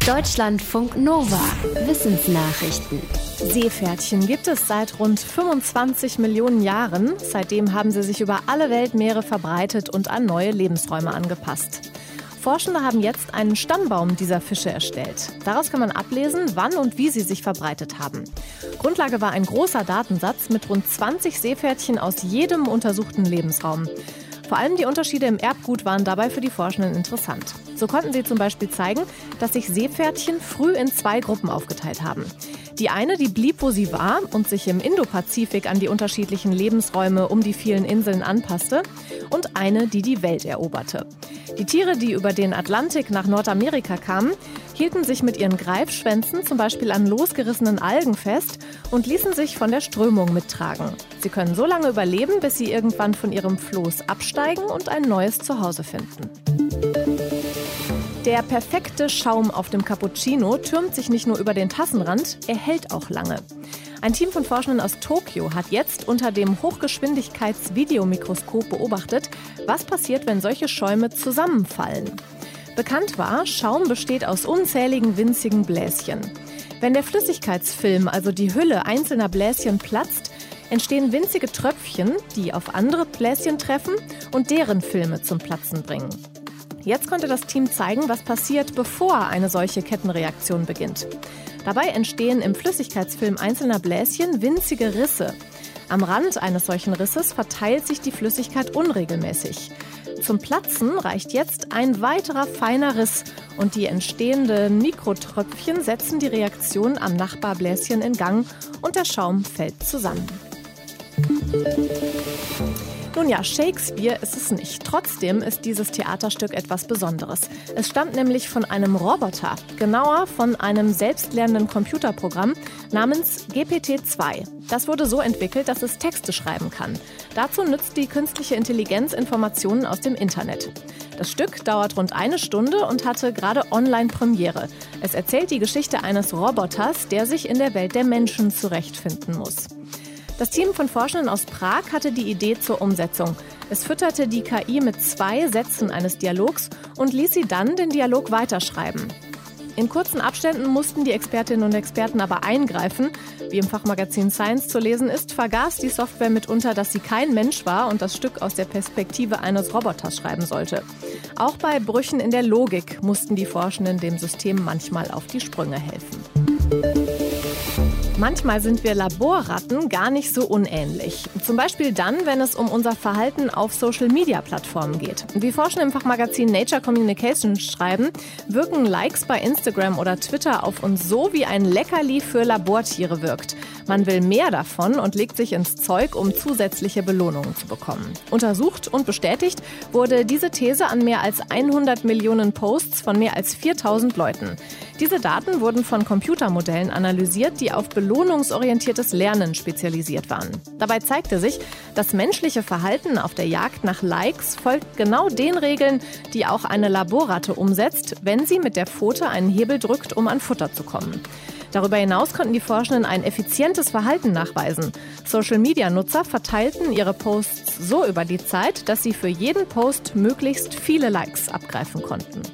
Deutschlandfunk Nova. Wissensnachrichten. Seepferdchen gibt es seit rund 25 Millionen Jahren. Seitdem haben sie sich über alle Weltmeere verbreitet und an neue Lebensräume angepasst. Forschende haben jetzt einen Stammbaum dieser Fische erstellt. Daraus kann man ablesen, wann und wie sie sich verbreitet haben. Grundlage war ein großer Datensatz mit rund 20 Seepferdchen aus jedem untersuchten Lebensraum. Vor allem die Unterschiede im Erbgut waren dabei für die Forschenden interessant. So konnten sie zum Beispiel zeigen, dass sich Seepferdchen früh in 2 Gruppen aufgeteilt haben. Die eine, die blieb, wo sie war und sich im Indopazifik an die unterschiedlichen Lebensräume um die vielen Inseln anpasste, und eine, die die Welt eroberte. Die Tiere, die über den Atlantik nach Nordamerika kamen, hielten sich mit ihren Greifschwänzen zum Beispiel an losgerissenen Algen fest und ließen sich von der Strömung mittragen. Sie können so lange überleben, bis sie irgendwann von ihrem Floß absteigen und ein neues Zuhause finden. Der perfekte Schaum auf dem Cappuccino türmt sich nicht nur über den Tassenrand, er hält auch lange. Ein Team von Forschenden aus Tokio hat jetzt unter dem Hochgeschwindigkeits-Videomikroskop beobachtet, was passiert, wenn solche Schäume zusammenfallen. Bekannt war, Schaum besteht aus unzähligen winzigen Bläschen. Wenn der Flüssigkeitsfilm, also die Hülle einzelner Bläschen, platzt, entstehen winzige Tröpfchen, die auf andere Bläschen treffen und deren Filme zum Platzen bringen. Jetzt konnte das Team zeigen, was passiert, bevor eine solche Kettenreaktion beginnt. Dabei entstehen im Flüssigkeitsfilm einzelner Bläschen winzige Risse. Am Rand eines solchen Risses verteilt sich die Flüssigkeit unregelmäßig. Zum Platzen reicht jetzt ein weiterer feiner Riss und die entstehenden Mikrotröpfchen setzen die Reaktion am Nachbarbläschen in Gang und der Schaum fällt zusammen. Nun ja, Shakespeare ist es nicht. Trotzdem ist dieses Theaterstück etwas Besonderes. Es stammt nämlich von einem Roboter, genauer von einem selbstlernenden Computerprogramm namens GPT-2. Das wurde so entwickelt, dass es Texte schreiben kann. Dazu nutzt die künstliche Intelligenz Informationen aus dem Internet. Das Stück dauert rund 1 Stunde und hatte gerade Online-Premiere. Es erzählt die Geschichte eines Roboters, der sich in der Welt der Menschen zurechtfinden muss. Das Team von Forschenden aus Prag hatte die Idee zur Umsetzung. Es fütterte die KI mit 2 Sätzen eines Dialogs und ließ sie dann den Dialog weiterschreiben. In kurzen Abständen mussten die Expertinnen und Experten aber eingreifen. Wie im Fachmagazin Science zu lesen ist, vergaß die Software mitunter, dass sie kein Mensch war und das Stück aus der Perspektive eines Roboters schreiben sollte. Auch bei Brüchen in der Logik mussten die Forschenden dem System manchmal auf die Sprünge helfen. Manchmal sind wir Laborratten gar nicht so unähnlich. Zum Beispiel dann, wenn es um unser Verhalten auf Social-Media-Plattformen geht. Wie Forschende im Fachmagazin Nature Communications schreiben, wirken Likes bei Instagram oder Twitter auf uns so, wie ein Leckerli für Labortiere wirkt. Man will mehr davon und legt sich ins Zeug, um zusätzliche Belohnungen zu bekommen. Untersucht und bestätigt wurde diese These an mehr als 100 Millionen Posts von mehr als 4000 Leuten. Diese Daten wurden von Computermodellen analysiert, die auf belohnungsorientiertes Lernen spezialisiert waren. Dabei zeigte sich, das menschliche Verhalten auf der Jagd nach Likes folgt genau den Regeln, die auch eine Laborratte umsetzt, wenn sie mit der Pfote einen Hebel drückt, um an Futter zu kommen. Darüber hinaus konnten die Forschenden ein effizientes Verhalten nachweisen. Social-Media-Nutzer verteilten ihre Posts so über die Zeit, dass sie für jeden Post möglichst viele Likes abgreifen konnten.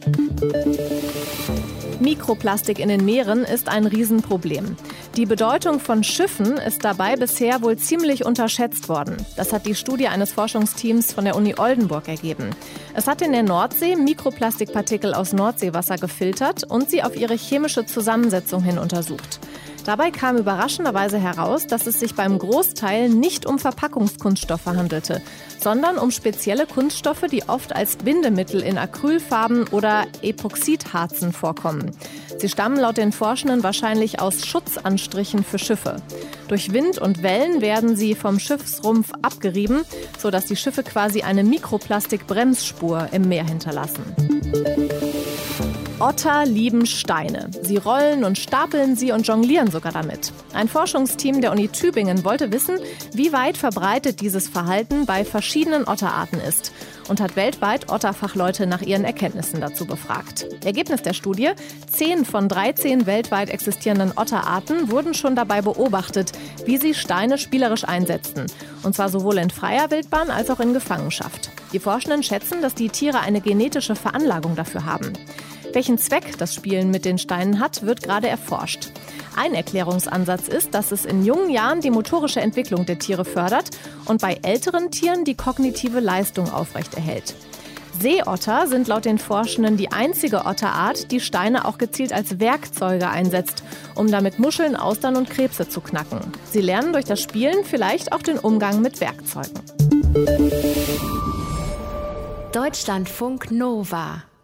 Mikroplastik in den Meeren ist ein Riesenproblem. Die Bedeutung von Schiffen ist dabei bisher wohl ziemlich unterschätzt worden. Das hat die Studie eines Forschungsteams von der Uni Oldenburg ergeben. Es hat in der Nordsee Mikroplastikpartikel aus Nordseewasser gefiltert und sie auf ihre chemische Zusammensetzung hin untersucht. Dabei kam überraschenderweise heraus, dass es sich beim Großteil nicht um Verpackungskunststoffe handelte, sondern um spezielle Kunststoffe, die oft als Bindemittel in Acrylfarben oder Epoxidharzen vorkommen. Sie stammen laut den Forschenden wahrscheinlich aus Schutzanstrichen für Schiffe. Durch Wind und Wellen werden sie vom Schiffsrumpf abgerieben, sodass die Schiffe quasi eine Mikroplastik-Bremsspur im Meer hinterlassen. Otter lieben Steine. Sie rollen und stapeln sie und jonglieren sogar damit. Ein Forschungsteam der Uni Tübingen wollte wissen, wie weit verbreitet dieses Verhalten bei verschiedenen Otterarten ist und hat weltweit Otterfachleute nach ihren Erkenntnissen dazu befragt. Ergebnis der Studie: 10 von 13 weltweit existierenden Otterarten wurden schon dabei beobachtet, wie sie Steine spielerisch einsetzten. Und zwar sowohl in freier Wildbahn als auch in Gefangenschaft. Die Forschenden schätzen, dass die Tiere eine genetische Veranlagung dafür haben. Welchen Zweck das Spielen mit den Steinen hat, wird gerade erforscht. Ein Erklärungsansatz ist, dass es in jungen Jahren die motorische Entwicklung der Tiere fördert und bei älteren Tieren die kognitive Leistung aufrechterhält. Seeotter sind laut den Forschenden die einzige Otterart, die Steine auch gezielt als Werkzeuge einsetzt, um damit Muscheln, Austern und Krebse zu knacken. Sie lernen durch das Spielen vielleicht auch den Umgang mit Werkzeugen. Deutschlandfunk Nova